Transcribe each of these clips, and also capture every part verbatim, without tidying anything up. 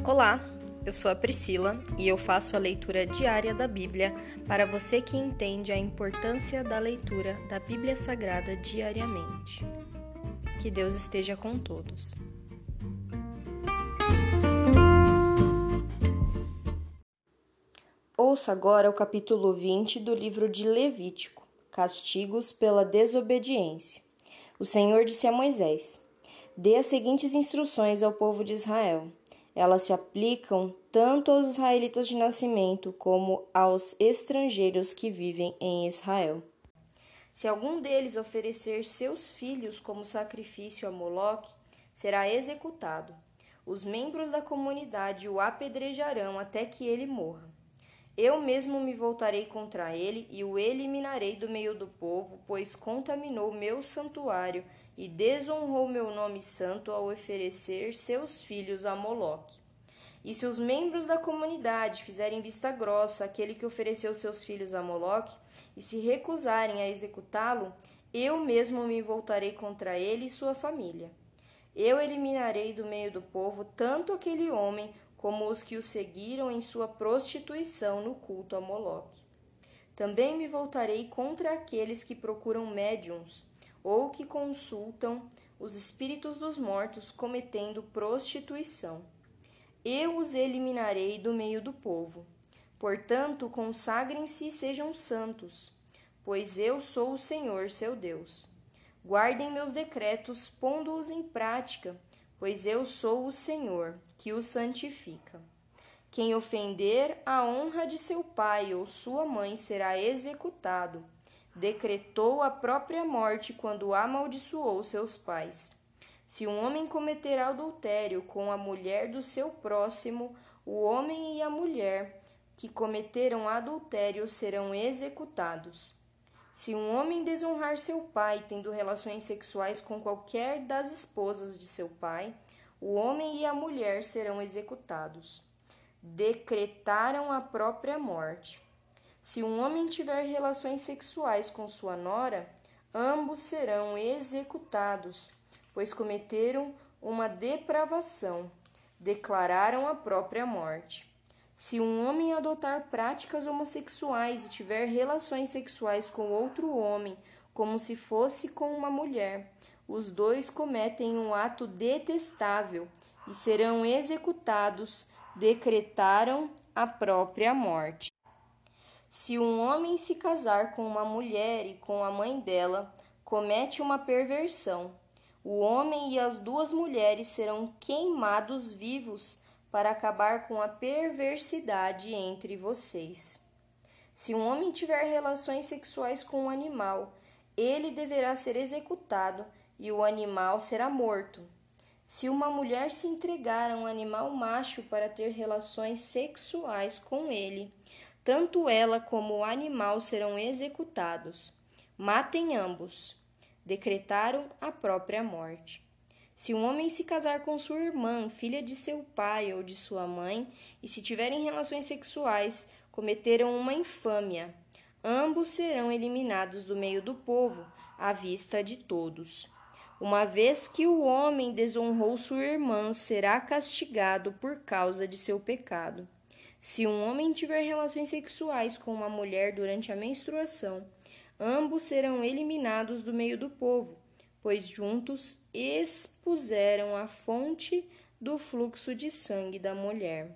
Olá, eu sou a Priscila e eu faço a leitura diária da Bíblia para você que entende a importância da leitura da Bíblia Sagrada diariamente. Que Deus esteja com todos. Ouça agora o capítulo vinte do livro de Levítico, Castigos pela Desobediência. O Senhor disse a Moisés: Dê as seguintes instruções ao povo de Israel. Elas se aplicam tanto aos israelitas de nascimento como aos estrangeiros que vivem em Israel. Se algum deles oferecer seus filhos como sacrifício a Moloque, será executado. Os membros da comunidade o apedrejarão até que ele morra. Eu mesmo me voltarei contra ele e o eliminarei do meio do povo, pois contaminou meu santuário e desonrou meu nome santo ao oferecer seus filhos a Moloque. E se os membros da comunidade fizerem vista grossa àquele que ofereceu seus filhos a Moloque e se recusarem a executá-lo, eu mesmo me voltarei contra ele e sua família. Eu eliminarei do meio do povo tanto aquele homem como os que o seguiram em sua prostituição no culto a Moloque. Também me voltarei contra aqueles que procuram médiuns ou que consultam os espíritos dos mortos cometendo prostituição. Eu os eliminarei do meio do povo. Portanto, consagrem-se e sejam santos, pois eu sou o Senhor, seu Deus. Guardem meus decretos, pondo-os em prática, pois eu sou o Senhor, que os santifica. Quem ofender a honra de seu pai ou sua mãe será executado. Decretou a própria morte quando amaldiçoou seus pais. Se um homem cometer adultério com a mulher do seu próximo, o homem e a mulher que cometeram adultério serão executados. Se um homem desonrar seu pai tendo relações sexuais com qualquer das esposas de seu pai, o homem e a mulher serão executados. Decretaram a própria morte. Se um homem tiver relações sexuais com sua nora, ambos serão executados, pois cometeram uma depravação, declararam a própria morte. Se um homem adotar práticas homossexuais e tiver relações sexuais com outro homem, como se fosse com uma mulher, os dois cometem um ato detestável e serão executados, decretaram a própria morte. Se um homem se casar com uma mulher e com a mãe dela, comete uma perversão. O homem e as duas mulheres serão queimados vivos para acabar com a perversidade entre vocês. Se um homem tiver relações sexuais com um animal, ele deverá ser executado e o animal será morto. Se uma mulher se entregar a um animal macho para ter relações sexuais com ele, tanto ela como o animal serão executados. Matem ambos. Decretaram a própria morte. Se um homem se casar com sua irmã, filha de seu pai ou de sua mãe, e se tiverem relações sexuais, cometeram uma infâmia. Ambos serão eliminados do meio do povo, à vista de todos. Uma vez que o homem desonrou sua irmã, será castigado por causa de seu pecado. Se um homem tiver relações sexuais com uma mulher durante a menstruação, ambos serão eliminados do meio do povo, pois juntos expuseram a fonte do fluxo de sangue da mulher.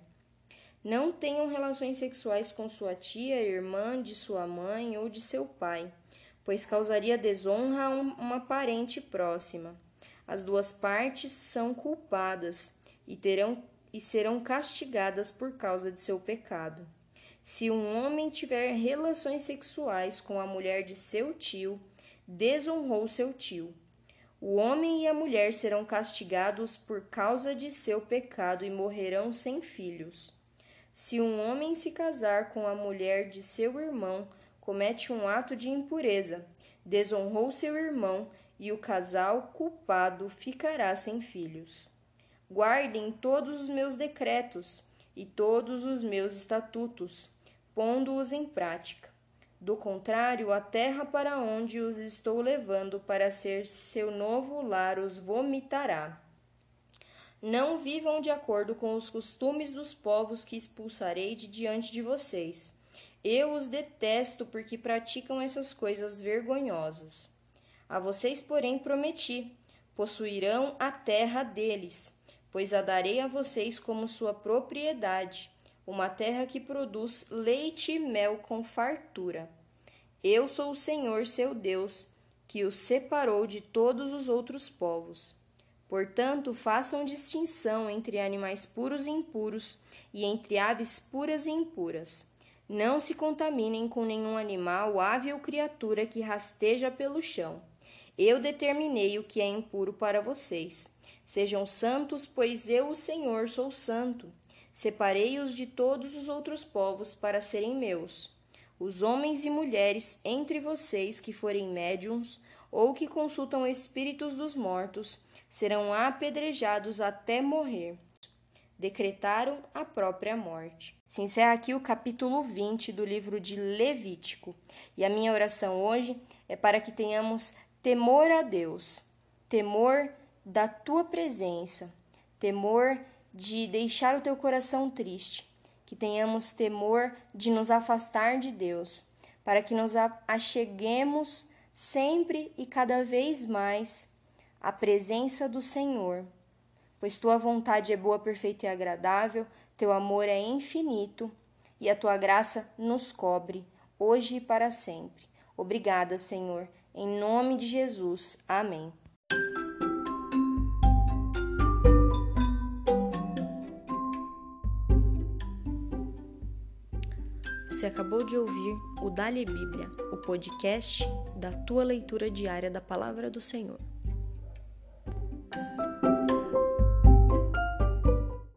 Não tenham relações sexuais com sua tia, irmã de sua mãe ou de seu pai, pois causaria desonra a uma parente próxima. As duas partes são culpadas e terão e serão castigadas por causa de seu pecado. Se um homem tiver relações sexuais com a mulher de seu tio, desonrou seu tio. O homem e a mulher serão castigados por causa de seu pecado e morrerão sem filhos. Se um homem se casar com a mulher de seu irmão, comete um ato de impureza, desonrou seu irmão e o casal culpado ficará sem filhos. Guardem todos os meus decretos e todos os meus estatutos, pondo-os em prática. Do contrário, a terra para onde os estou levando para ser seu novo lar os vomitará. Não vivam de acordo com os costumes dos povos que expulsarei de diante de vocês. Eu os detesto porque praticam essas coisas vergonhosas. A vocês, porém, prometi: possuirão a terra deles, pois a darei a vocês como sua propriedade, uma terra que produz leite e mel com fartura. Eu sou o Senhor, seu Deus, que os separou de todos os outros povos. Portanto, façam distinção entre animais puros e impuros e entre aves puras e impuras. Não se contaminem com nenhum animal, ave ou criatura que rasteja pelo chão. Eu determinei o que é impuro para vocês. Sejam santos, pois eu, o Senhor, sou santo. Separei-os de todos os outros povos para serem meus. Os homens e mulheres entre vocês que forem médiuns ou que consultam espíritos dos mortos serão apedrejados até morrer. Decretaram a própria morte. Se encerra aqui o capítulo vinte do livro de Levítico. E a minha oração hoje é para que tenhamos temor a Deus, temor da tua presença, temor de deixar o teu coração triste, que tenhamos temor de nos afastar de Deus, para que nos acheguemos sempre e cada vez mais à presença do Senhor, pois tua vontade é boa, perfeita e agradável, teu amor é infinito e a tua graça nos cobre, hoje e para sempre. Obrigada, Senhor, em nome de Jesus. Amém. Você acabou de ouvir o Dali Bíblia, o podcast da tua leitura diária da Palavra do Senhor.